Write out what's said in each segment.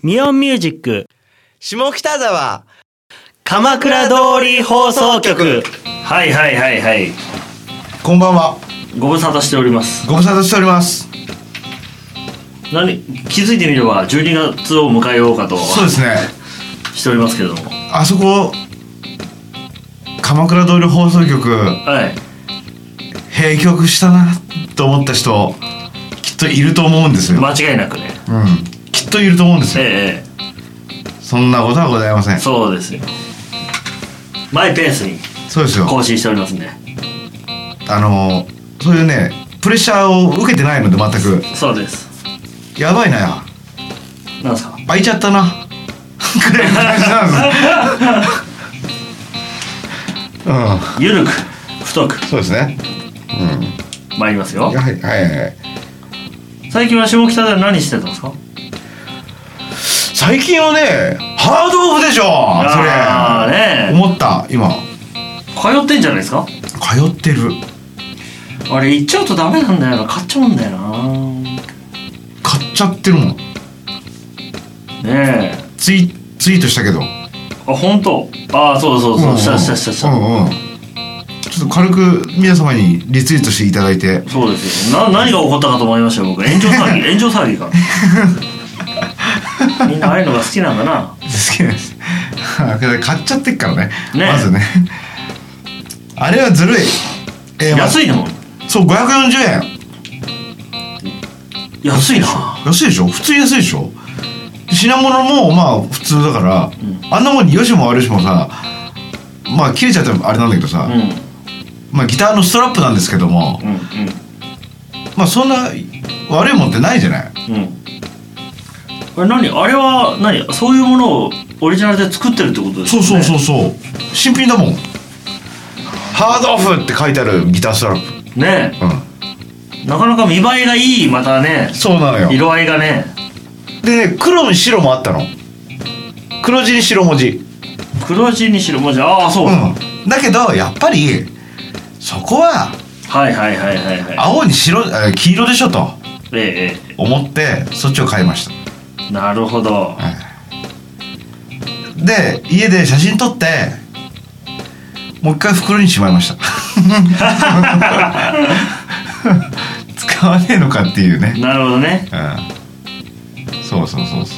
ミオンミュージック下北沢鎌倉通り放送局。はいはいはいはい、 こんばんは。 ご無沙汰しております。 ご無沙汰しております。 気づいてみれば12月を迎えようかと。 そうですね。 しておりますけども、 あそこ鎌倉通り放送局、 はい、 閉局したなと思った人きっといると思うんですよ。 間違いなくね、 きっといると思うんですよ。そんなことはございません。 そうですよ。マイペースにそうですよ。 更新しておりますね。 そういうねプレッシャーを受けてないので全く。 そうです。 やばいなや。 なんですか。 開いちゃったなくらいの感じなんです。 ゆるく太く。 そうですね。 参りますよ。 はいはいはい。 最近は下北で何してたんですか。 最近はねハードオフでしょ。それね思った今。 通ってんじゃないですか。 通ってる。 あれ行っちゃうとダメなんだよな。買っちゃうんだよな。 買っちゃってるもんね。 えツイートしたけど。 あ、本当。あ、そうした。ちょっと軽く皆様にリツイートしていただいて。 そうですよ。何が起こったかと思いましたよ僕。炎上騒ぎかみんなああいうのが好きなんだな。 好きです。買っちゃってっからね。まずねあれはずるい。 安いの。 そう540円。 安いな。 安いでしょ。普通に安いでしょ。品物もまあ普通だから、あんなもんによしも悪しもさ、まあ切れちゃったらあれなんだけどさ、まあギターのストラップなんですけども、まあそんな悪いもんってないじゃない。 あれは何、そういうものをオリジナルで作ってるってことですか。 そう新品だもん。ハードオフって書いてあるギターストラップねえ、なかなか見栄えがいい。またね、 そうなのよ。 色合いがね。 でね、黒に白もあったの。黒地に白文字。ああそう、だけどやっぱりそこは青に白黄色でしょと思ってそっちを買いました。 なるほど。 で家で写真撮ってもう一回袋にしまいました使わねえのかっていうね。 なるほどね。 そう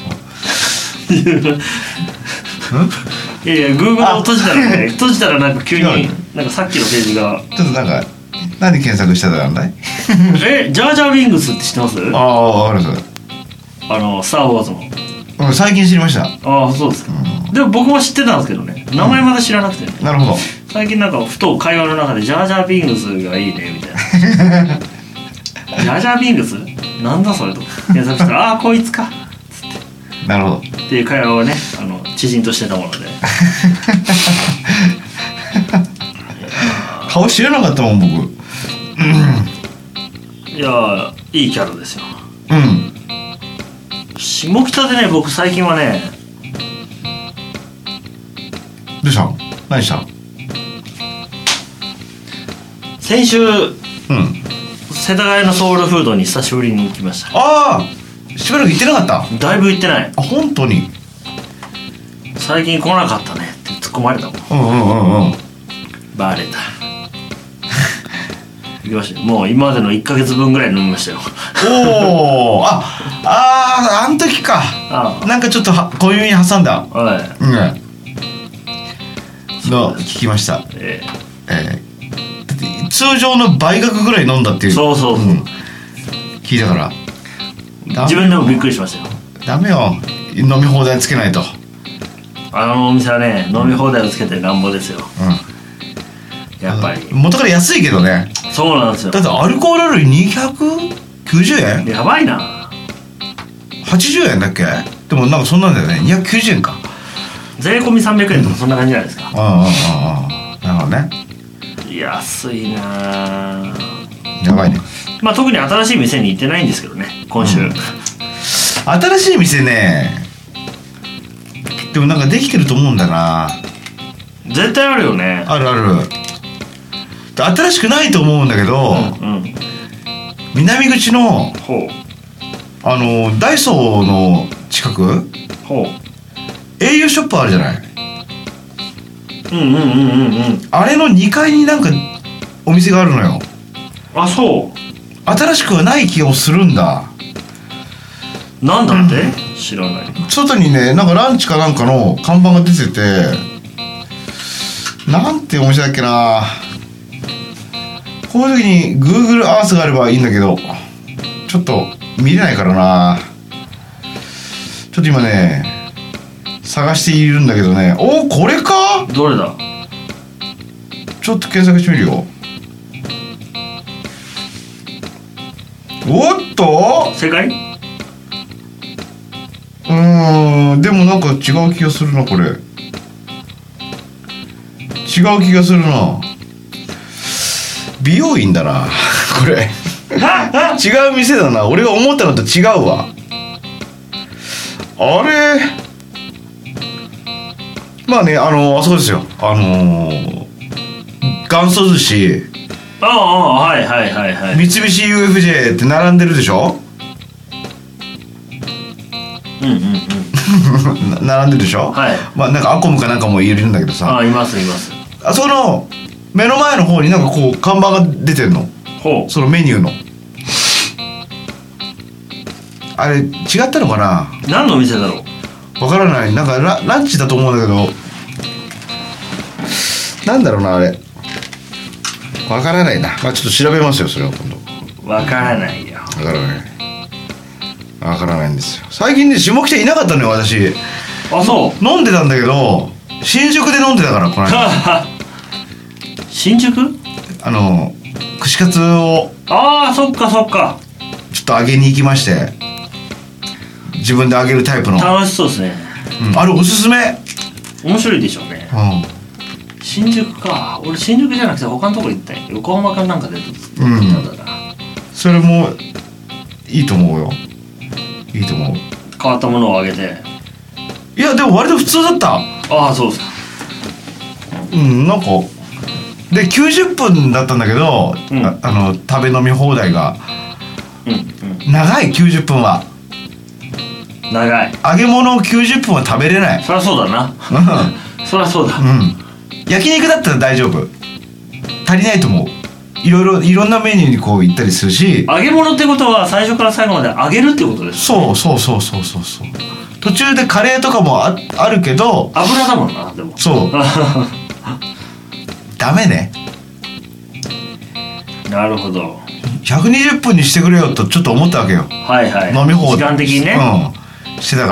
いや Google を閉じたらなんか急になんかさっきのページがちょっとなんか何検索してたんだいジャージャー・ビングスって知ってます？ ああ、わかる。 スター・ウォーズの。 最近知りました。 ああ、そうですか。でも僕も知ってたんですけどね、名前まだ知らなくてね。 なるほど。 最近なんかふと会話の中でジャージャー・ビングスがいいねみたいなジャージャー・ビングスなんだそれと検索したらああこいつかっつって、 なるほどっていう会話をね知人としてたもので顔知らなかったもん僕。 いやいいキャラですよ。下北でね、僕最近はね。 どうしたの？何したの？ 先週、世田谷のソウルフードに久しぶりに行きました。 ああ、しばらく行ってなかった？ だいぶ行ってない。 あ、本当に？ 最近来なかったねって突っ込まれたもん。バレた。行きましたよ。もう今までの1ヶ月分ぐらい飲みましたよ。 おお、あん時か。なんかちょっと小指に挟んだ。の聞きました。通常の倍額ぐらい飲んだっていう。そう、聞いたから。 自分でもびっくりしましたよ。 ダメよ、飲み放題つけないと。 お店はね、飲み放題をつけてなんぼですよ。やっぱり元から安いけどね。 そうなんですよ。 だってアルコール類290円？ やばいな。 80円だっけ？でもなんかそんなんだよね。290円か。 税込み300円とかそんな感じじゃないですか。 なるほどね。 安いな。 やばいね。 まあ特に新しい店に行ってないんですけどね今週。 新しい店ね、でもなんかできてると思うんだな。 絶対あるよね。 ある。新しくないと思うんだけど、南口のダイソーの近くほう。 au ショップあるじゃない。 うんあれの2階になんかお店があるのよ。 あ、そう。 新しくはない気がするんだ。 なんだって、知らない。 外にね、なんかランチかなんかの看板が出てて、なんてお店だっけな。こういう時に Google Earth があればいいんだけど、ちょっと見れないからな。ちょっと今ね探しているんだけどね。お、これか。 どれだ。 ちょっと検索してみるよ。おっと、 正解。 でもなんか違う気がするな。これ違う気がするな。美容院だなこれ違う店だな。俺が思ったのと違うわ。あれ、まあね、あそこですよ。元祖寿司。 ああ、はいはいはいはい。 三菱 UFJ って並んでるでしょ。並んでるでしょ。 はい。 まあなんかアコムかなんかもいるんだけどさ。 あ、いますいます。 あそこの目の前の方になんかこう看板が出てんの。 ほう。 そのメニューのあれ違ったのかな。 何のお店だろう。わからない。なんかランチだと思うんだけど、なんだろうなあれ。わからないな。まあちょっと調べますよそれは今度。 わからないよ。 わからない。わからないんですよ。最近ね下北いなかったのよ私。 あ、そう。 飲んでたんだけど新宿で飲んでたからこの間新宿？ 串カツを。 ああ、そっかそっか。 ちょっと揚げに行きまして。自分で揚げるタイプの。 楽しそうですね。 あれおすすめ。 面白いでしょうね。新宿か。俺新宿じゃなくて他のとこ行ったよ。横浜かなんかでただな。 それもいいと思うよ。いいと思う。 変わったものをあげて。 いやでも割と普通だった。 ああ、そうですか。 なんかで90分だったんだけど、食べ飲み放題が、長い。90分は長い。 揚げ物を90分は食べれない。 そりゃそうだなそりゃそうだ。 焼肉だったら大丈夫。足りないと思う。いろんなメニューにこう行ったりするし。 揚げ物ってことは最初から最後まで揚げるってことです。 そう途中でカレーとかも あるけど油だもんな。でもそうダメね。 なるほど。 120分にしてくれよとちょっと思ったわけよ。 はいはい。 飲み放題時間的にね。 してたから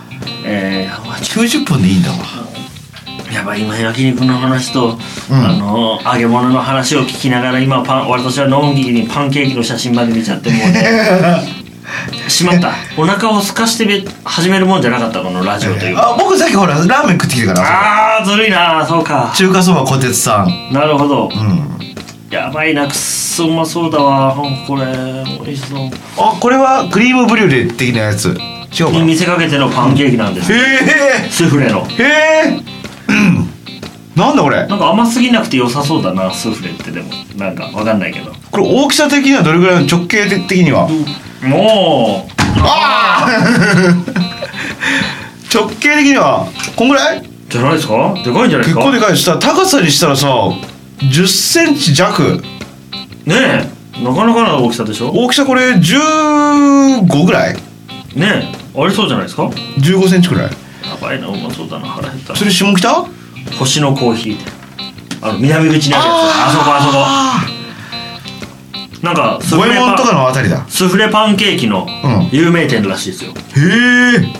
。90分でいいんだわ。 やばい、今焼肉の話と、揚げ物の話を聞きながら今私はのんきにパンケーキの写真まで見ちゃってもうねしまった。お腹を空かして始めるもんじゃなかったこのラジオというか。 僕さっきほらラーメン食ってきてから。 ああ、ずるいな。そうか。 中華そばこてつさん。 なるほど。やばいな。くっそうまそうだわこれ。おいしそう。 これはクリームブリュレ的なやつ。違うかに見せかけてのパンケーキなんです。スフレの。 なんだこれ。 なんか甘すぎなくて良さそうだなスフレって。でもなんかわかんないけど。 これ大きさ的にはどれぐらいの。直径的にはもう直径的にはこんぐらいじゃないですか。でかいんじゃないですか。 結構でかい。した高さにしたらさ10センチ弱ねえ。なかなかな大きさでしょ。 大きさこれ15ぐらいねえ。ありそうじゃないですか。 15センチくらい。 やばいな。うまそうだな。腹減った。 それ下北星のコーヒー。南口にあるやつ。あそこなんかスフレ五右衛門とかのあたりだ。 スフレパンケーキの有名店らしいですよ。 へえ。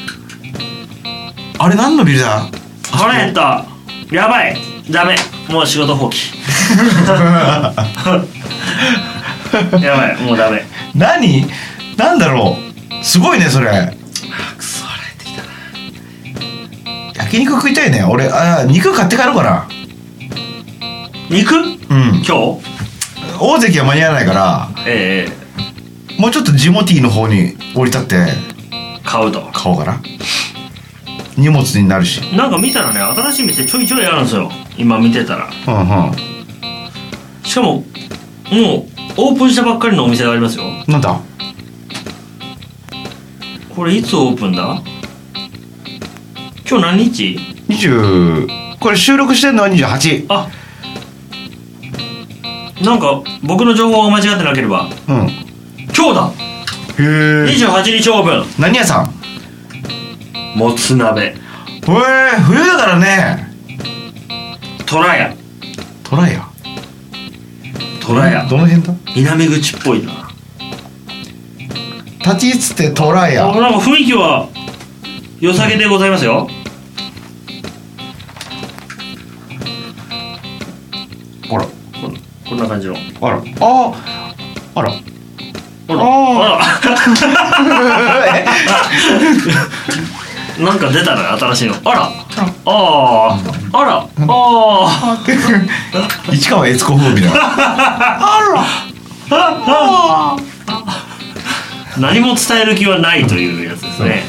あれ何のビルだ。 腹減った。やばい。ダメ。もう仕事放棄やばい。もうダメ。 なんだろう。すごいねそれ。 くそ腹減ってきたな。 焼肉食いたいね俺。肉買って帰ろうかな。 肉？今日大関は間に合わないから、もうちょっとジモティーの方に降り立って買おうかな。荷物になるし。 なんか見たらね、新しい店ちょいちょいあるんですよ今見てたら。しかももうオープンしたばっかりのお店がありますよ。 なんだこれいつオープンだ。 今日何日 ？20これ収録してんのは28。 あ、なんか僕の情報が間違ってなければ、 うん、 今日だ。 へえ。 28日オープン。 何屋さん？ もつ鍋。 冬だからね。 トラヤ。 トラヤ。 トラヤ。 どの辺だ？ 南口っぽいな。 立ち位置ってトラヤ。 なんか雰囲気は良さげでございますよ。 あら、 こんな感じの。 あら、あら、 あら。なんか出たね、新しいの。あら。 市川悦子風味だ。 何も伝える気はないというやつですね。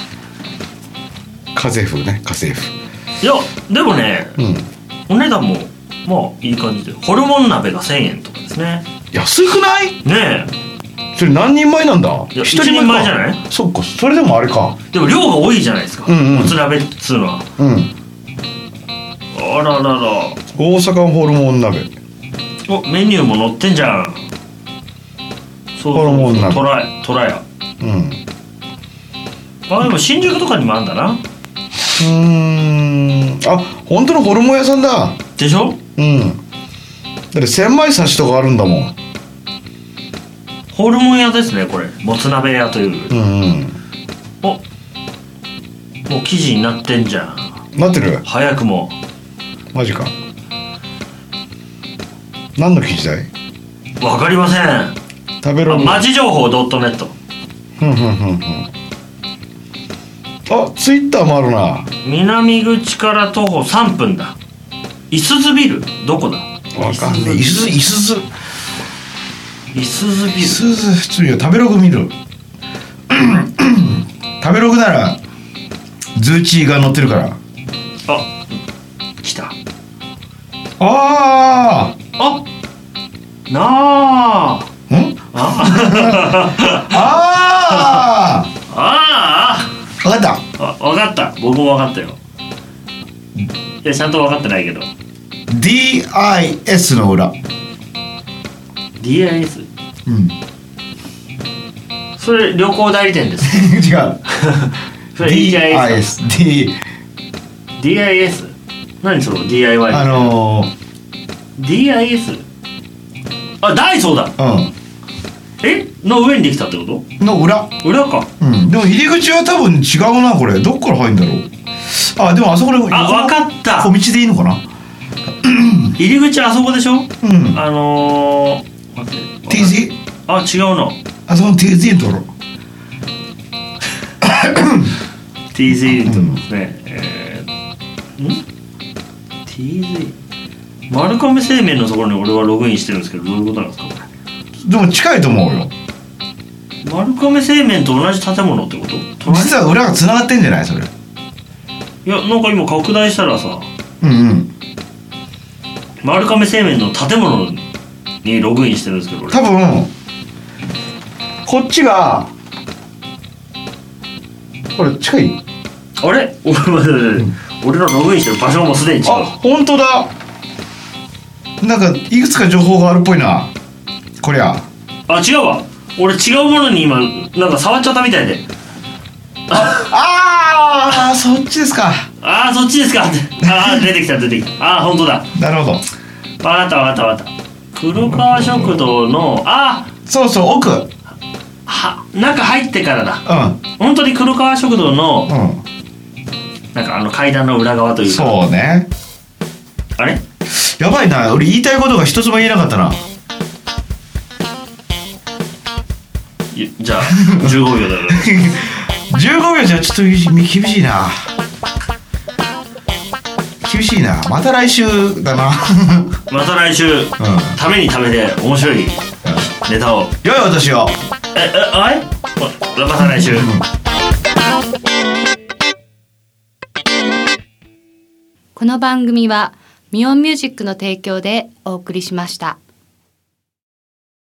家政婦ね、家政婦。 いやでもね、お値段もまあいい感じで、ホルモン鍋が1000円とかですね。 安くないねえ。それ何人前なんだ？1 人前じゃない？ そっか、それでもあれか。 でも量が多いじゃないですか、もつ鍋っつうのは。あららら。 大阪ホルモン鍋。 お、メニューも載ってんじゃん。 ホルモン鍋。 トラヤ。でも新宿とかにもあるんだな。 あ、本当のホルモン屋さんだ。 でしょ？ だって千枚刺しとかあるんだもん。 ホルモン屋ですね、これ。もつ鍋屋という。もう記事になってんじゃん。 なってる？ 早くも。 マジか。何の記事だい？ わかりません。 食べログ。 マジ情報 .net。 あ、ツイッターもあるな。 南口から徒歩3分だ。いすずビル、どこだ？ わかんねえ。いすずビル。ちょっと食べログ見る。食べログならズーチーが載ってるから。 あ、来た。 あ分かった。 分かった。僕も分かったよ。いや、ちゃんと分かってないけど。 DIS の裏。 DIS？ それ旅行代理店です違う。 それ DIS。 何その DIY？ DIS？ あ、ダイソーだ。の上にできたってこと？ の裏か。 でも入り口は多分違うな。これどっから入るんだろう。あ、でもあそこで。 分かった。 小道でいいのかな。 入り口あそこでしょ。待って、 TZ？ あ、違うの。 あそこの TZ のところ。 TZ とですね。TZ？ 丸亀製麺のところに俺はログインしてるんですけど、どういうことなんですかこれ。 でも近いと思うよ。 丸亀製麺と同じ建物ってこと？ 実は裏がつながってんじゃない？それ。いや、なんか今拡大したらさ、丸亀製麺の建物にログインしてるんですけど、 多分こっちがこれ近い。 あれ？俺のログインしてる場所もすでに違う。 あ、本当だ。なんかいくつか情報があるっぽいな。こりゃ。 あ、違うわ。俺違うものに今なんか触っちゃったみたいで。 そっちですか。 そっちですか。出てきた。本当だ。 なるほど。 わかった。黒川食堂のそう奥。 中入ってからだ。本当に黒川食堂のなんか階段の裏側というか。 そうね。 あれ？ やばいな。俺言いたいことが一つも言えなかったな。 じゃあ15秒だよ。 15秒じゃちょっと厳しいな。また来週だな。 また来週、ためにためで面白いネタを。 良いお年を。 また来週。 この番組はミオンミュージックの提供でお送りしました。